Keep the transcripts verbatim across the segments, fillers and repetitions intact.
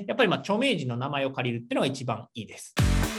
やっぱりまあ著名人の名前を借りるっていうのが一番いいです。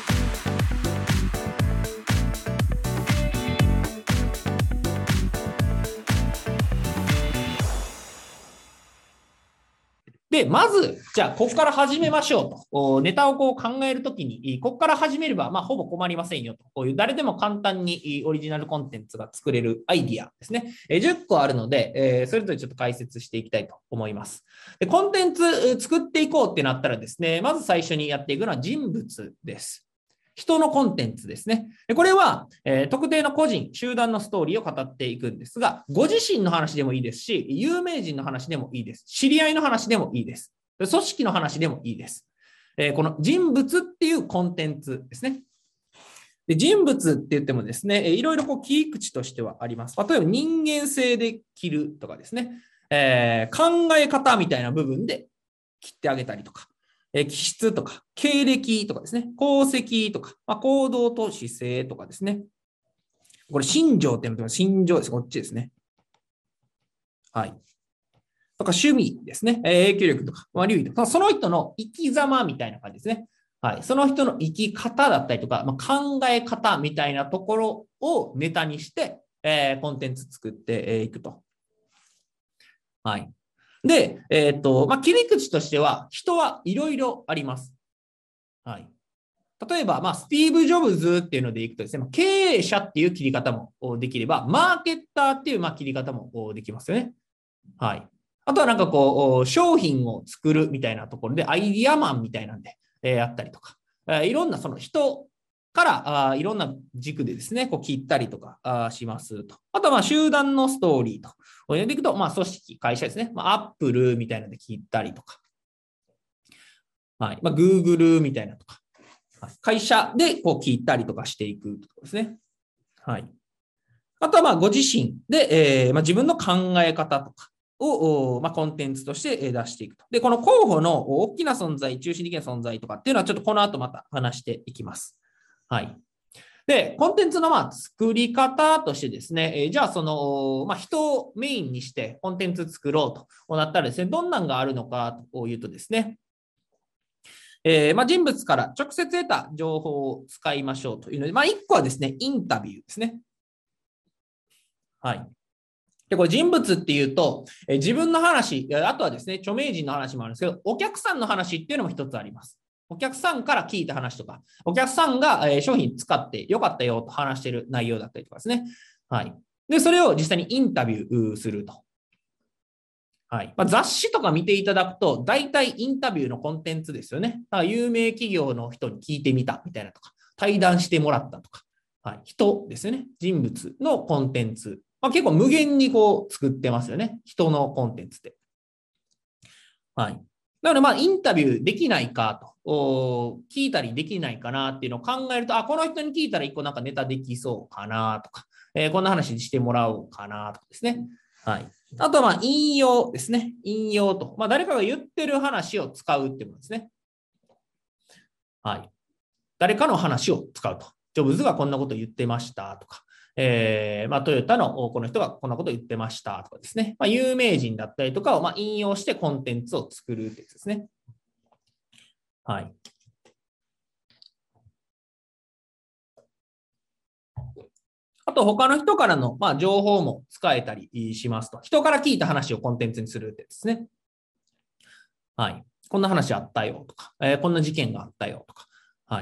で、まず、じゃあ、ここから始めましょうと。ネタをこう考えるときに、ここから始めれば、まあ、ほぼ困りませんよと。こういう誰でも簡単にオリジナルコンテンツが作れるアイディアですね。じゅっこあるので、それぞれちょっと解説していきたいと思います。で、コンテンツ作っていこうってなったらですね、まず最初にやっていくのは人物です。人のコンテンツですね。これは、えー、特定の個人、集団のストーリーを語っていくんですが、ご自身の話でもいいですし、有名人の話でもいいです。知り合いの話でもいいです。組織の話でもいいです。えー、この人物っていうコンテンツですね。で、人物って言ってもですね、いろいろこう切り口としてはあります。例えば人間性で切るとかですね、えー、考え方みたいな部分で切ってあげたりとか。気質とか、経歴とかですね、功績とか、まあ、行動と姿勢とかですね。これ、心情っていうのは、心情です。こっちですね。はい。とか、趣味ですね。影響力とか、まあ、留意とか、その人の生き様みたいな感じですね。はい。その人の生き方だったりとか、まあ、考え方みたいなところをネタにして、えー、コンテンツ作っていくと。はい。で、えっと、まあ、切り口としては、人はいろいろあります。はい。例えば、まあ、スティーブ・ジョブズっていうのでいくとですね、経営者っていう切り方もできれば、マーケッターっていうまあ切り方もできますよね。はい。あとはなんかこう、商品を作るみたいなところで、アイディアマンみたいなんで、えー、やったりとか、えー、いろんなその人からあいろんな軸でですね、こう切ったりとかあしますと。あとはまあ集団のストーリーと。これでいくと、まあ組織、会社ですね。まあ、アップルみたいなので切ったりとか。はい。まあ、Google みたいなとか。会社でこう聞いたりとかしていくところですね。はい。あとはまあご自身で、えーまあ、自分の考え方とかを、まあ、コンテンツとして出していくと。で、この候補の大きな存在、中心的な存在とかっていうのはちょっとこの後また話していきます。はい。で、コンテンツのまあ作り方としてですね、えー、じゃあその、まあ、人をメインにしてコンテンツ作ろうとなったらですね、どんなんがあるのかというとですね、えーまあ、人物から直接得た情報を使いましょうというので、まあ、いっこはですね、インタビューですね。はい。で、これ人物っていうと、えー、自分の話、あとはですね、著名人の話もあるんですけど、お客さんの話っていうのも一つあります。お客さんから聞いた話とか、お客さんが、えー、商品使ってよかったよと話している内容だったりとかですね。はい。で、それを実際にインタビューすると。はいまあ、雑誌とか見ていただくと、大体インタビューのコンテンツですよね。だから有名企業の人に聞いてみたみたいなとか、対談してもらったとか、はい、人ですよね。人物のコンテンツ。まあ、結構無限にこう作ってますよね。人のコンテンツって。はい。なので、まあ、インタビューできないかと、聞いたりできないかなっていうのを考えると、あ、この人に聞いたら一個なんかネタできそうかなとか、えー、こんな話してもらおうかなとかですね。はい。あとは、まあ、引用ですね。引用と。まあ、誰かが言ってる話を使うっていうことですね。はい。誰かの話を使うと。ジョブズがこんなこと言ってましたとか、えーまあ、トヨタのこの人がこんなこと言ってましたとかですね。まあ、有名人だったりとかをまあ引用してコンテンツを作るってやつですね。はい。あと、他の人からの、まあ、情報も使えたりしますと。人から聞いた話をコンテンツにするってですね。はい。こんな話あったよとか、えー、こんな事件があったよとか。はい。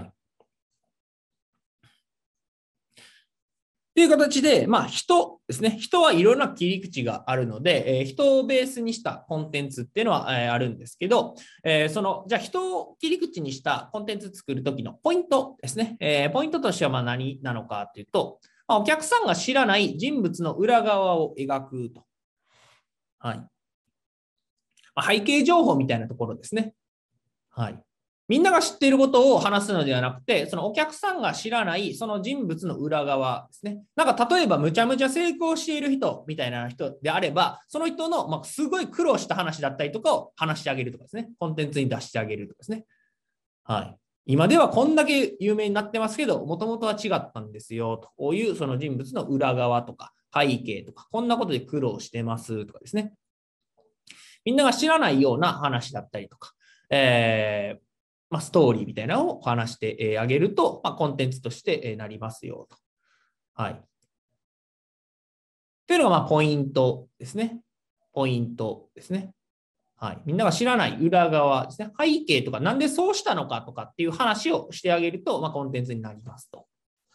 っていう形で、まあ、人ですね。人はいろんな切り口があるので、えー、人をベースにしたコンテンツっていうのは、えー、あるんですけど、えー、その、じゃあ人を切り口にしたコンテンツ作るときのポイントですね。えー、ポイントとしてはまあ何なのかっていうと、まあ、お客さんが知らない人物の裏側を描くと。はい。まあ、背景情報みたいなところですね。はい。みんなが知っていることを話すのではなくて、そのお客さんが知らないその人物の裏側ですね。なんか例えばむちゃむちゃ成功している人みたいな人であれば、その人のまあすごい苦労した話だったりとかを話してあげるとかですね。コンテンツに出してあげるとかですね。はい。今ではこんだけ有名になってますけど、もともとは違ったんですよ。というその人物の裏側とか背景とか、こんなことで苦労してますとかですね。みんなが知らないような話だったりとか。 えーまあ、ストーリーみたいなのを話してあげると、まあ、コンテンツとしてなりますよと。はい。というのが、まあ、ポイントですね。ポイントですね。はい。みんなが知らない裏側ですね。背景とか、なんでそうしたのかとかっていう話をしてあげると、まあ、コンテンツになりますと。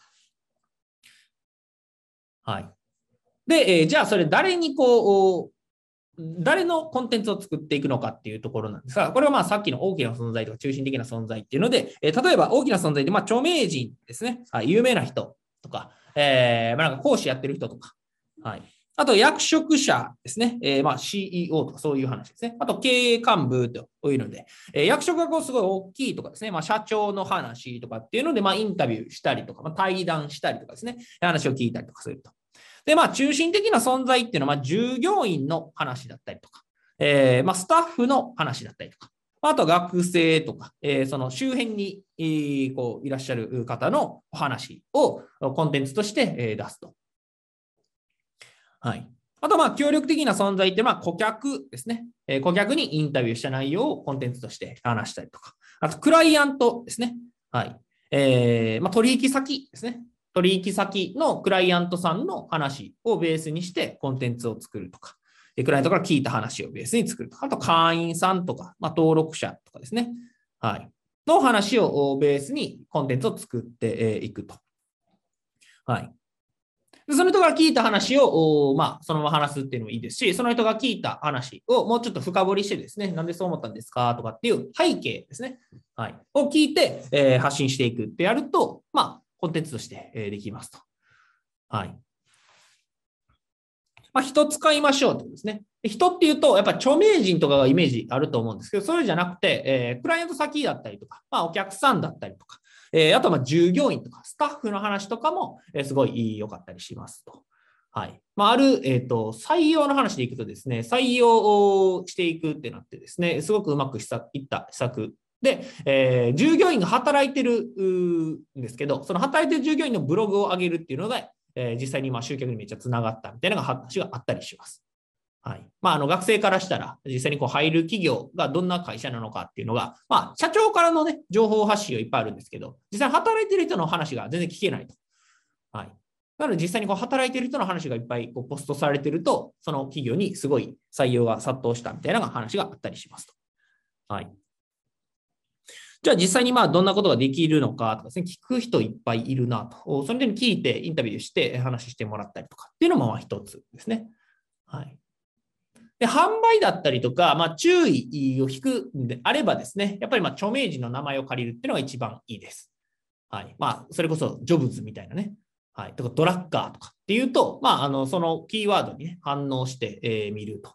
はい。で、えー、じゃあ、それ誰にこう、誰のコンテンツを作っていくのかっていうところなんですが、これはまあさっきの大きな存在とか中心的な存在っていうので、えー、例えば大きな存在で、まあ、著名人ですね。はい。有名な人とか、えー、まあ、なんか講師やってる人とか、はい。あと、役職者ですね。えー、まあ シーイーオー とかそういう話ですね。あと、経営幹部というので、えー、役職がこうすごい大きいとかですね。まあ、社長の話とかっていうので、まあ、インタビューしたりとか、まあ、対談したりとかですね。話を聞いたりとかすると。で、まあ、中心的な存在っていうのは、まあ、従業員の話だったりとか、えー、まあ、スタッフの話だったりとか、あと学生とか、えー、その周辺に、えー、こういらっしゃる方のお話をコンテンツとして、えー、出すと。はい。あと、まあ、協力的な存在って、まあ、顧客ですね。えー、顧客にインタビューした内容をコンテンツとして話したりとか。あと、クライアントですね。はい。えー、まあ、取引先ですね。取引先のクライアントさんの話をベースにしてコンテンツを作るとか。クライアントから聞いた話をベースに作るとか。あと、会員さんとか、まあ、登録者とかですね。はい。の話をベースにコンテンツを作っていくと。はい。その人が聞いた話を、まあ、そのまま話すっていうのもいいですし、その人が聞いた話をもうちょっと深掘りしてですね、なんでそう思ったんですかとかっていう背景ですね、はい、を聞いて、えー、発信していくってやると、まあ、コンテンツとして、えー、できますと。はい。まあ、人使いましょうってことですね。人っていうと、やっぱ著名人とかがイメージあると思うんですけど、それじゃなくて、えー、クライアント先だったりとか、まあ、お客さんだったりとか、えー、あとはまあ従業員とかスタッフの話とかも、えー、すごい良かったりしますと。はい。まあ、ある、えっと、採用の話でいくとですね、採用をしていくってなってですね、すごくうまくいった施策で、えー、従業員が働いてるんですけど、その働いてる従業員のブログを上げるっていうのが、えー、実際にまあ集客にめっちゃつながったみたいな話があったりします。はい。まあ、あの学生からしたら、実際にこう入る企業がどんな会社なのかっていうのが、まあ、社長からのね、情報発信はいっぱいあるんですけど、実際に働いてる人の話が全然聞けないと。はい。なので実際にこう働いている人の話がいっぱいこうポストされていると、その企業にすごい採用が殺到したみたいな話があったりしますと。はい。じゃあ実際にまあどんなことができるのかとかですね、聞く人いっぱいいるなと。それで聞いてインタビューして話してもらったりとかっていうのもまあ一つですね。はい。で、販売だったりとか、まあ注意を引くんであればですね、やっぱりまあ著名人の名前を借りるっていうのが一番いいです。はい。まあそれこそジョブズみたいなね。はい。とかドラッカーとかっていうと、まああのそのキーワードに、ね、反応してみ、えー、見ると。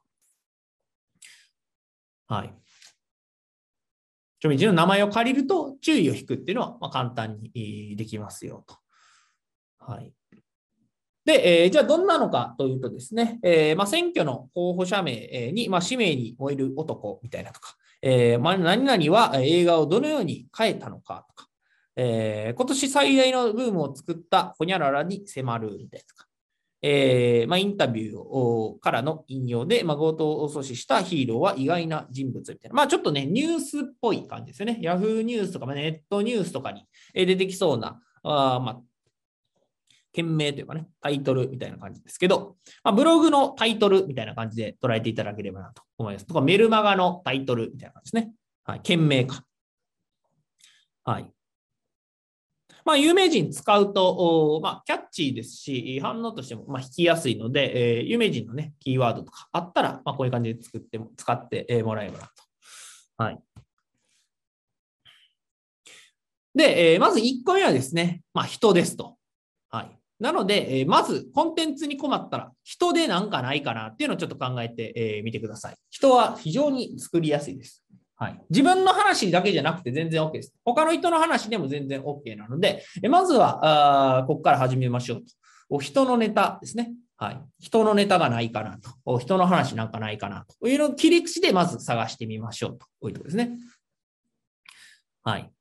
はい。著名人の名前を借りると注意を引くっていうのはまあ簡単にできますよと。はい。で、えー、じゃあどんなのかというとですね、えーまあ、選挙の候補者名に、まあ、氏名に燃える男みたいなとか、えーまあ、何々は映画をどのように変えたのかとか、えー、今年最大のブームを作ったホニャララに迫るみたいなとか、えーまあ、インタビューをからの引用で、まあ、強盗を阻止したヒーローは意外な人物みたいな。まあ、ちょっとね、ニュースっぽい感じですよね。ヤフーニュースとか、まあ、ネットニュースとかに出てきそうな、あまあ、件名というかね、タイトルみたいな感じですけど、まあ、ブログのタイトルみたいな感じで捉えていただければなと思います。とか、メルマガのタイトルみたいな感じですね。はい、件名か。はい。まあ、有名人使うと、まあ、キャッチーですし、反応としてもまあ引きやすいので、えー、有名人のね、キーワードとかあったら、まあ、こういう感じで作っても、使ってもらえればなと。はい。で、えー、まずいっこめはですね、まあ、人ですと。はい。なので、えー、まずコンテンツに困ったら人でなんかないかなっていうのをちょっと考えてみ、えー、てください。人は非常に作りやすいです。はい。自分の話だけじゃなくて全然 OK です。他の人の話でも全然 OK なので、えまずは、あここから始めましょうと。人のネタですね。はい。人のネタがないかなと。人の話なんかないかなというのを切り口でまず探してみましょうと。こういうところですね。はい。